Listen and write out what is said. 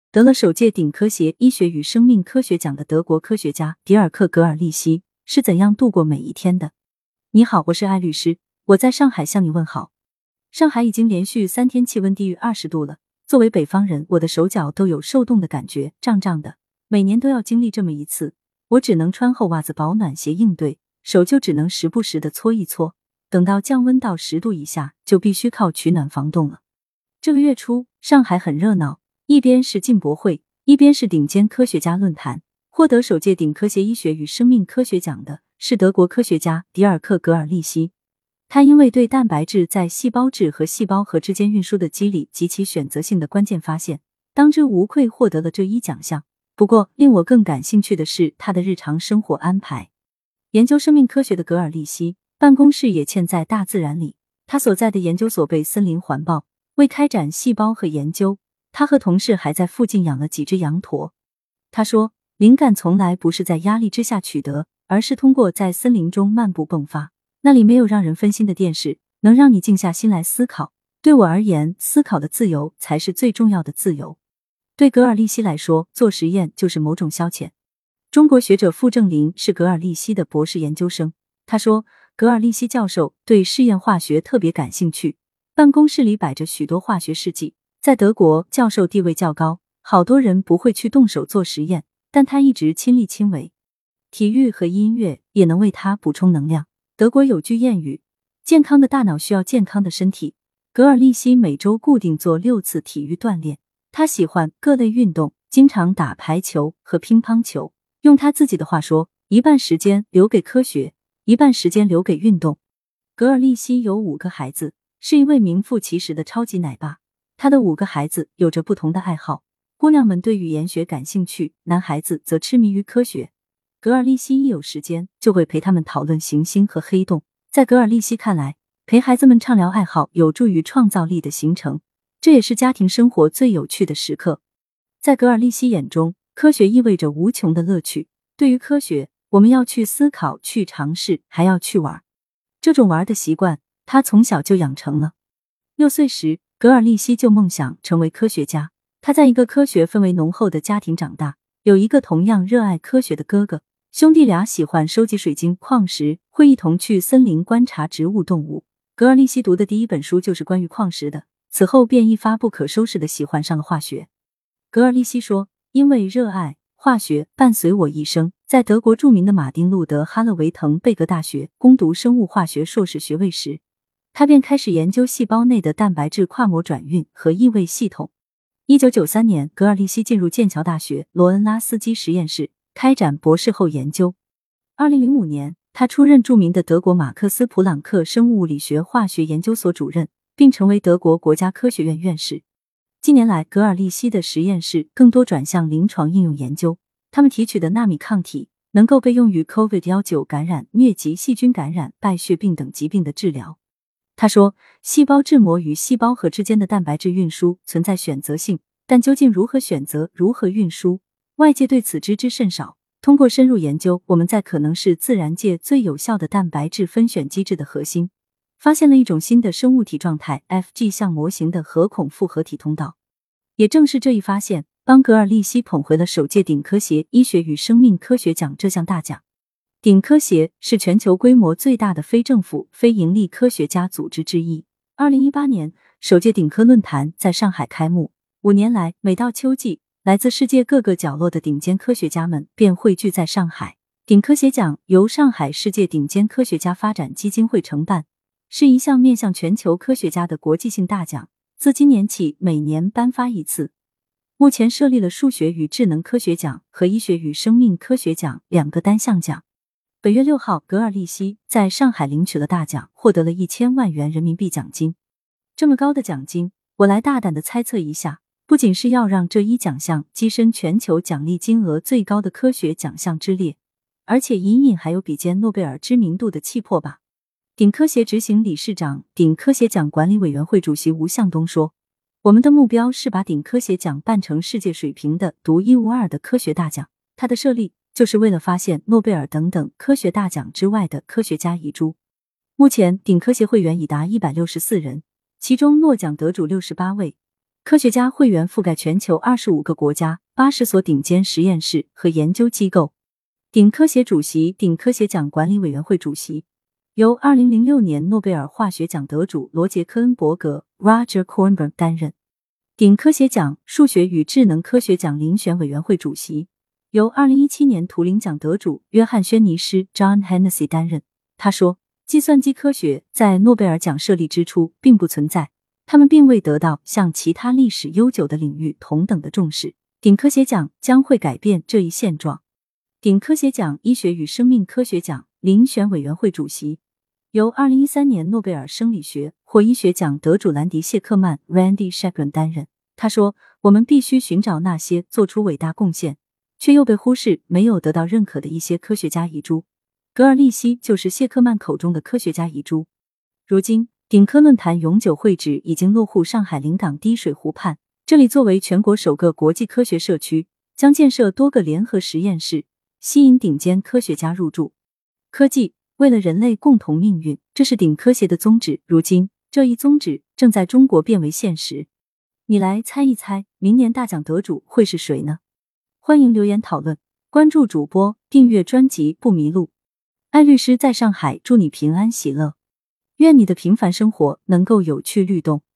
得了首届顶科协医学与生命科学奖的德国科学家迪尔克·格尔利希是怎样度过每一天的？你好，我是艾律师，我在上海向你问好。上海已经连续3天气温低于20度了，作为北方人，我的手脚都有受冻的感觉，胀胀的。每年都要经历这么一次，我只能穿厚袜子保暖鞋应对，手就只能时不时的搓一搓，等到降温到10度以下，就必须靠取暖防冻了。这个月初，上海很热闹，一边是进博会，一边是顶尖科学家论坛。获得首届顶科协医学与生命科学奖的是德国科学家迪尔克·格尔利希。他因为对蛋白质在细胞质和细胞核之间运输的机理及其选择性的关键发现，当之无愧获得了这一奖项。不过，令我更感兴趣的是他的日常生活安排。研究生命科学的格尔利希，办公室也嵌在大自然里。他所在的研究所被森林环抱，为开展细胞和研究，他和同事还在附近养了几只羊驼。他说，灵感从来不是在压力之下取得，而是通过在森林中漫步迸发。那里没有让人分心的电视，能让你静下心来思考。对我而言，思考的自由才是最重要的自由。对格尔利希来说，做实验就是某种消遣。中国学者傅正林是格尔利希的博士研究生。他说，格尔利希教授对试验化学特别感兴趣，办公室里摆着许多化学试剂。在德国，教授地位较高，好多人不会去动手做实验，但他一直亲力亲为。体育和音乐也能为他补充能量。德国有句谚语，健康的大脑需要健康的身体。格尔利希每周固定做6次体育锻炼，他喜欢各类运动，经常打排球和乒乓球。用他自己的话说，一半时间留给科学，一半时间留给运动。格尔利希有5个孩子，是一位名副其实的超级奶爸。他的5个孩子有着不同的爱好，姑娘们对语言学感兴趣，男孩子则痴迷于科学。格尔利希一有时间就会陪他们讨论行星和黑洞。在格尔利希看来，陪孩子们畅聊爱好有助于创造力的形成，这也是家庭生活最有趣的时刻。在格尔利希眼中，科学意味着无穷的乐趣。对于科学，我们要去思考，去尝试，还要去玩。这种玩的习惯，他从小就养成了。6岁时，格尔利希就梦想成为科学家。他在一个科学氛围浓厚的家庭长大，有一个同样热爱科学的哥哥。兄弟俩喜欢收集水晶、矿石，会一同去森林观察植物、动物。格尔利希读的第一本书就是关于矿石的，此后便一发不可收拾地喜欢上了化学。格尔利希说，因为热爱化学伴随我一生，在德国著名的马丁路德哈勒维滕贝格大学攻读生物化学硕士学位时，他便开始研究细胞内的蛋白质跨膜转运和异位系统。1993年，格尔利希进入剑桥大学罗恩拉斯基实验室开展博士后研究。2005年，他出任著名的德国马克思普朗克生物物理学化学研究所主任，并成为德国国家科学院院士。近年来，格尔利希的实验室更多转向临床应用研究，他们提取的纳米抗体能够被用于 COVID-19 感染、疟疾细菌感染、败血病等疾病的治疗。他说，细胞质膜与细胞核之间的蛋白质运输存在选择性，但究竟如何选择、如何运输，外界对此知之甚少。通过深入研究，我们在可能是自然界最有效的蛋白质分选机制的核心，发现了一种新的生物体状态 FG 像模型的核孔复合体通道。也正是这一发现，帮格尔利希捧回了首届顶科协医学与生命科学奖这项大奖。顶科协是全球规模最大的非政府、非营利科学家组织之一。2018年，首届顶科论坛在上海开幕。5年来，每到秋季，来自世界各个角落的顶尖科学家们便汇聚在上海。顶科协奖由上海世界顶尖科学家发展基金会承办，是一项面向全球科学家的国际性大奖，自今年起每年颁发一次。目前设立了数学与智能科学奖和医学与生命科学奖2个单项奖。本月6号，格尔利希在上海领取了大奖，获得了1000万元人民币奖金。这么高的奖金，我来大胆地猜测一下，不仅是要让这一奖项跻身全球奖励金额最高的科学奖项之列，而且隐隐还有比肩诺贝尔知名度的气魄吧。顶科协执行理事长、顶科协奖管理委员会主席吴向东说，我们的目标是把顶科协奖办成世界水平的独一无二的科学大奖。它的设立就是为了发现诺贝尔等等科学大奖之外的科学家遗珠。目前顶科协会员已达164人，其中诺奖得主68位， 科学家会员覆盖全球25个国家，80所顶尖实验室和研究机构。顶科协主席、顶科协奖管理委员会主席由2006年诺贝尔化学奖得主罗杰·科恩伯格 （Roger Kornberg） 担任。顶科协奖数学与智能科学奖遴选委员会主席由2017年图灵奖得主约翰·轩尼诗 （John Hennessy） 担任。他说，计算机科学在诺贝尔奖设立之初并不存在，他们并未得到像其他历史悠久的领域同等的重视。顶科协奖将会改变这一现状。顶科协奖医学与生命科学奖遴选委员会主席由2013年诺贝尔生理学或医学奖得主兰迪·谢克曼 （Randy Shekman） 担任。他说，我们必须寻找那些做出伟大贡献却又被忽视、没有得到认可的一些科学家遗珠。格尔利希就是谢克曼口中的科学家遗珠。如今，顶科论坛永久会址已经落户上海临港滴水湖畔，这里作为全国首个国际科学社区，将建设多个联合实验室，吸引顶尖科学家入驻。科技为了人类共同命运，这是顶科协的宗旨。如今，这一宗旨正在中国变为现实。你来猜一猜，明年大奖得主会是谁呢？欢迎留言讨论，关注主播，订阅专辑不迷路。艾律师在上海，祝你平安喜乐，愿你的平凡生活能够有趣律动。